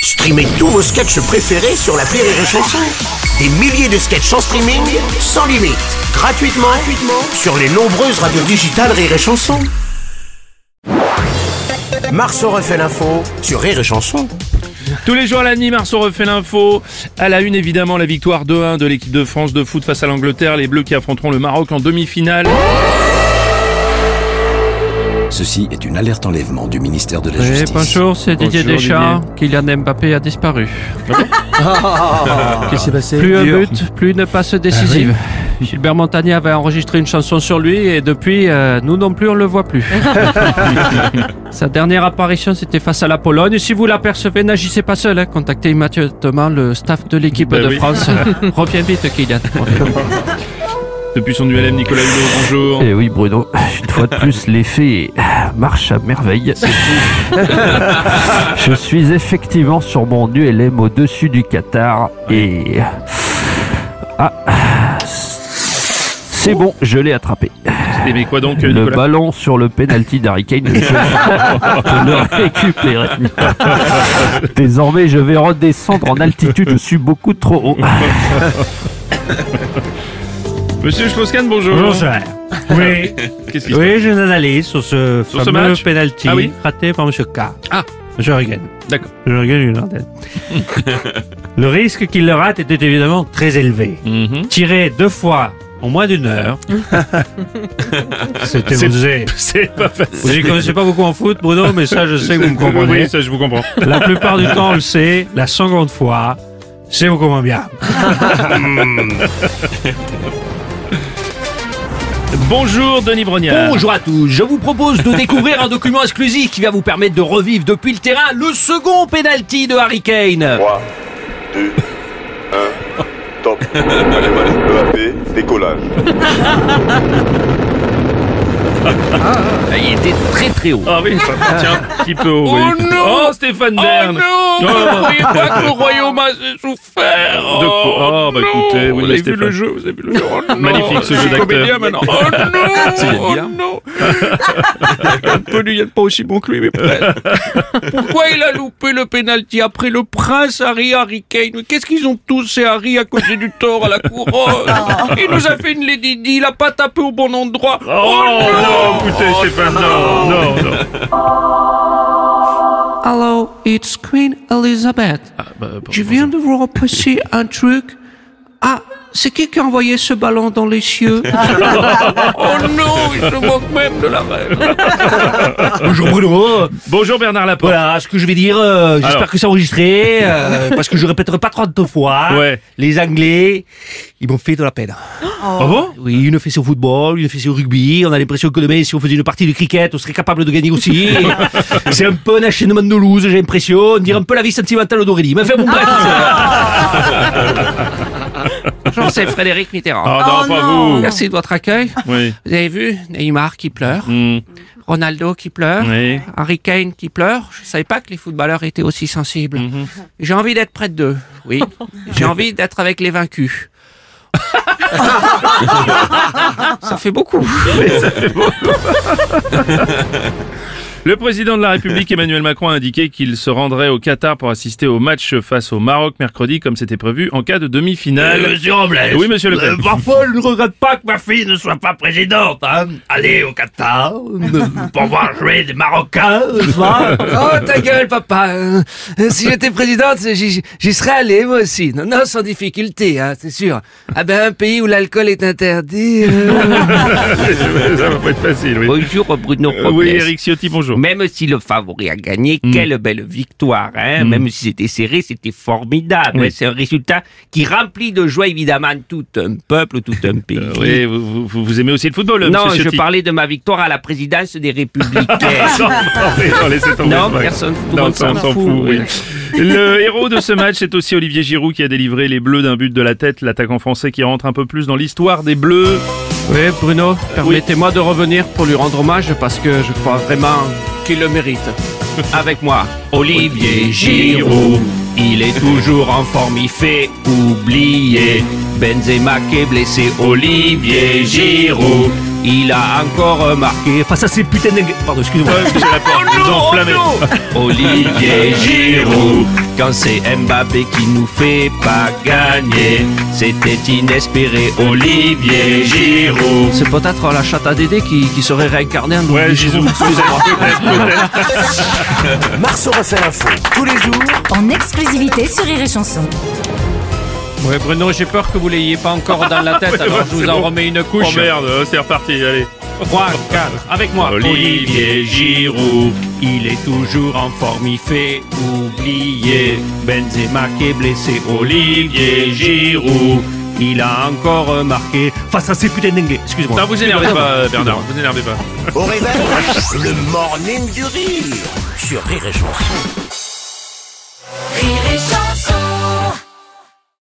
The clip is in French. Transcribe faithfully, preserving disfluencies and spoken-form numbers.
Streamez tous vos sketchs préférés sur l'appli Rire et Chanson. Des milliers de sketchs en streaming, sans limite, gratuitement, gratuitement sur les nombreuses radios digitales Rire et Chanson. Marceau refait l'info sur Rire et Chanson. Tous les jours à la nuit, Marceau refait l'info. À la une, évidemment, la victoire deux un de l'équipe de France de foot face à l'Angleterre. Les Bleus qui affronteront le Maroc en demi-finale. Ceci est une alerte enlèvement du ministère de la Oui, Justice. bonjour, c'est Didier Bonjour, Deschamps. Didier. Kylian Mbappé a disparu. Qu'est-ce qui s'est passé? Plus un but, plus une passe décisive. Gilbert Montagnier avait enregistré une chanson sur lui et depuis, euh, nous non plus, on le voit plus. Sa dernière apparition, c'était face à la Pologne. Si vous l'apercevez, n'agissez pas seul. Hein. Contactez immédiatement le staff de l'équipe Bah de oui. France. Reviens vite, Kylian. Reviens vite. Depuis son duel M, Nicolas Hulot, bonjour. Et oui, Bruno, une fois de plus, l'effet marche à merveille. Je suis effectivement sur mon U L M au-dessus du Qatar et... Ah, c'est bon, je l'ai attrapé. Et mais quoi donc, Le Nicolas? ballon sur le penalty d'Harry Kane, je peux le récupérer. Désormais, je vais redescendre en altitude, je suis beaucoup trop haut. Monsieur Schlosskan, bonjour. Bonjour, cher. Oui, Qu'est-ce qui se oui, j'ai une analyse sur ce Sur ce fameux match penalty Ah oui raté par M. K. Ah. Je regarde. D'accord. Je regarde une antenne. Le risque qu'il le rate était évidemment très élevé. Mhm. Tiré deux fois en moins d'une heure. C'était C'est- vous disiez. C'est pas facile. Vous n'y connaissez pas beaucoup en foot, Bruno, mais ça, je sais que vous me comprenez. Oui, ça, je vous comprends. La plupart du temps, on le sait. La seconde fois, c'est beaucoup moins bien. Bonjour, Denis Brognard. Bonjour à tous, je vous propose de découvrir un document exclusif qui va vous permettre de revivre depuis le terrain le second penalty de Harry Kane. trois, deux, un, top. Allez, allez, E A P, décollage. Il était très très haut. Ah oui, ça tient un petit peu haut. Oh oui. non Oh, Stéphane Bern. non Oh. Vous voyez pas que le royaume a souffert. De quoi Oh, bah écoutez, oui, vous mais avez vu Stéphane. le jeu, vous avez vu le jeu. Oh, non. Magnifique, ce Je jeu suis d'acteur. comédien maintenant. Oh non Oh non Un peu lui, il n'est pas aussi bon que lui, mais presque. Pourquoi il a loupé le penalty après le prince Harry, Harry Kane? Mais qu'est-ce qu'ils ont tous, ces Harry, à cause du tort à la couronne? Il nous a fait une Lady Di, il a pas tapé au bon endroit. Oh, non, écoutez, Stéphane, non, non, non. Hello, it's Queen Elizabeth. Ah, bah, bon, Je viens de vous repasser un truc. Ah, c'est qui qui a envoyé ce ballon dans les cieux? Oh non, il se moque même de la reine. Bonjour Bruno. Bonjour Bernard Laporte. Voilà, ce que je vais dire, euh, j'espère Alors. que c'est enregistré, euh, parce que je répéterai pas trente fois. Ouais. Les Anglais, ils m'ont fait de la peine. Ah bon? Oui, une fait au football, une fait au rugby. On a l'impression que demain, si on faisait une partie de cricket, on serait capable de gagner aussi. C'est un peu un enchaînement de loose, j'ai l'impression. On dirait un peu la vie sentimentale d'Aurélie. Mais enfin, bon, bref. Bonjour, c'est Frédéric Mitterrand. Ah non, pas vous. Merci de votre accueil. Oui. Vous avez vu Neymar qui pleure, Hmm. Ronaldo qui pleure, Oui. Harry Kane qui pleure. Je savais pas que les footballeurs étaient aussi sensibles. Mhm. J'ai envie d'être près d'eux, oui. J'ai envie d'être avec les vaincus. Ça fait beaucoup. Le président de la République, Emmanuel Macron, a indiqué qu'il se rendrait au Qatar pour assister au match face au Maroc mercredi, comme c'était prévu, en cas de demi-finale. Monsieur Robles. Oui, monsieur Le Pen. Euh, parfois, je ne regrette pas que ma fille ne soit pas présidente. Hein. Aller au Qatar euh, pour voir jouer des Marocains, n'est-ce pas? Oh, ta gueule, papa. Euh, Si j'étais présidente, j'y j'y serais allé, moi aussi. Non, non, sans difficulté, hein, c'est sûr. Ah ben, un pays où l'alcool est interdit... euh, Ça va pas être facile, oui. Bonjour Bruno Euh, Robles. oui, Eric Ciotti, bonjour. Même si le favori a gagné, Mm. quelle belle victoire, hein. Mm. Même si c'était serré, c'était formidable. Oui. Ouais, c'est un résultat qui remplit de joie évidemment tout un peuple, tout un pays. Euh, oui, vous, vous, vous aimez aussi le football, Non, monsieur je Ciotti. parlais de ma victoire à la présidence des Républicains. non, non, laissez tomber. Non, c'est vrai. personne, tout le Non, monde ça, on s'en s'en fout, fout, oui. oui. Le héros de ce match, c'est aussi Olivier Giroud qui a délivré les Bleus d'un but de la tête, l'attaquant français qui rentre un peu plus dans l'histoire des Bleus. Oui, Bruno, permettez-moi de revenir pour lui rendre hommage parce que je crois vraiment qu'il le mérite. Avec moi, Olivier Giroud, il est toujours en forme, il fait oublier Benzema qui est blessé, Olivier Giroud, il a encore marqué. Face à ces putains de... Pardon, excusez-moi. Ouais, monsieur Laporte, Oh vous non, enflammez. oh non. Olivier Giroud, quand c'est Mbappé qui nous fait pas gagner, c'était inespéré, Olivier Giroud. C'est peut-être la chatte à Dédé qui, qui serait réincarnée en Ouais, Olivier Giroud, Giroud. excusez-moi. Peut-être. Marceau refait l'info tous les jours En exclusivité sur Rire et Chanson. Ouais, Bruno, j'ai peur que vous l'ayez pas encore dans la tête, Ouais, alors ouais, je vous c'est en bon. remets une couche. Oh merde, c'est reparti, allez. trois, quatre, avec moi. Olivier Giroud, il est toujours en forme, il fait oublier. Benzema qui est blessé, Olivier Giroud, il a encore marqué. Face à ces putains d'anglais. Excusez-moi. Non, vous énervez pas, Bernard, vous énervez pas. au réveil. Le morning du rire sur Rire et Chanson.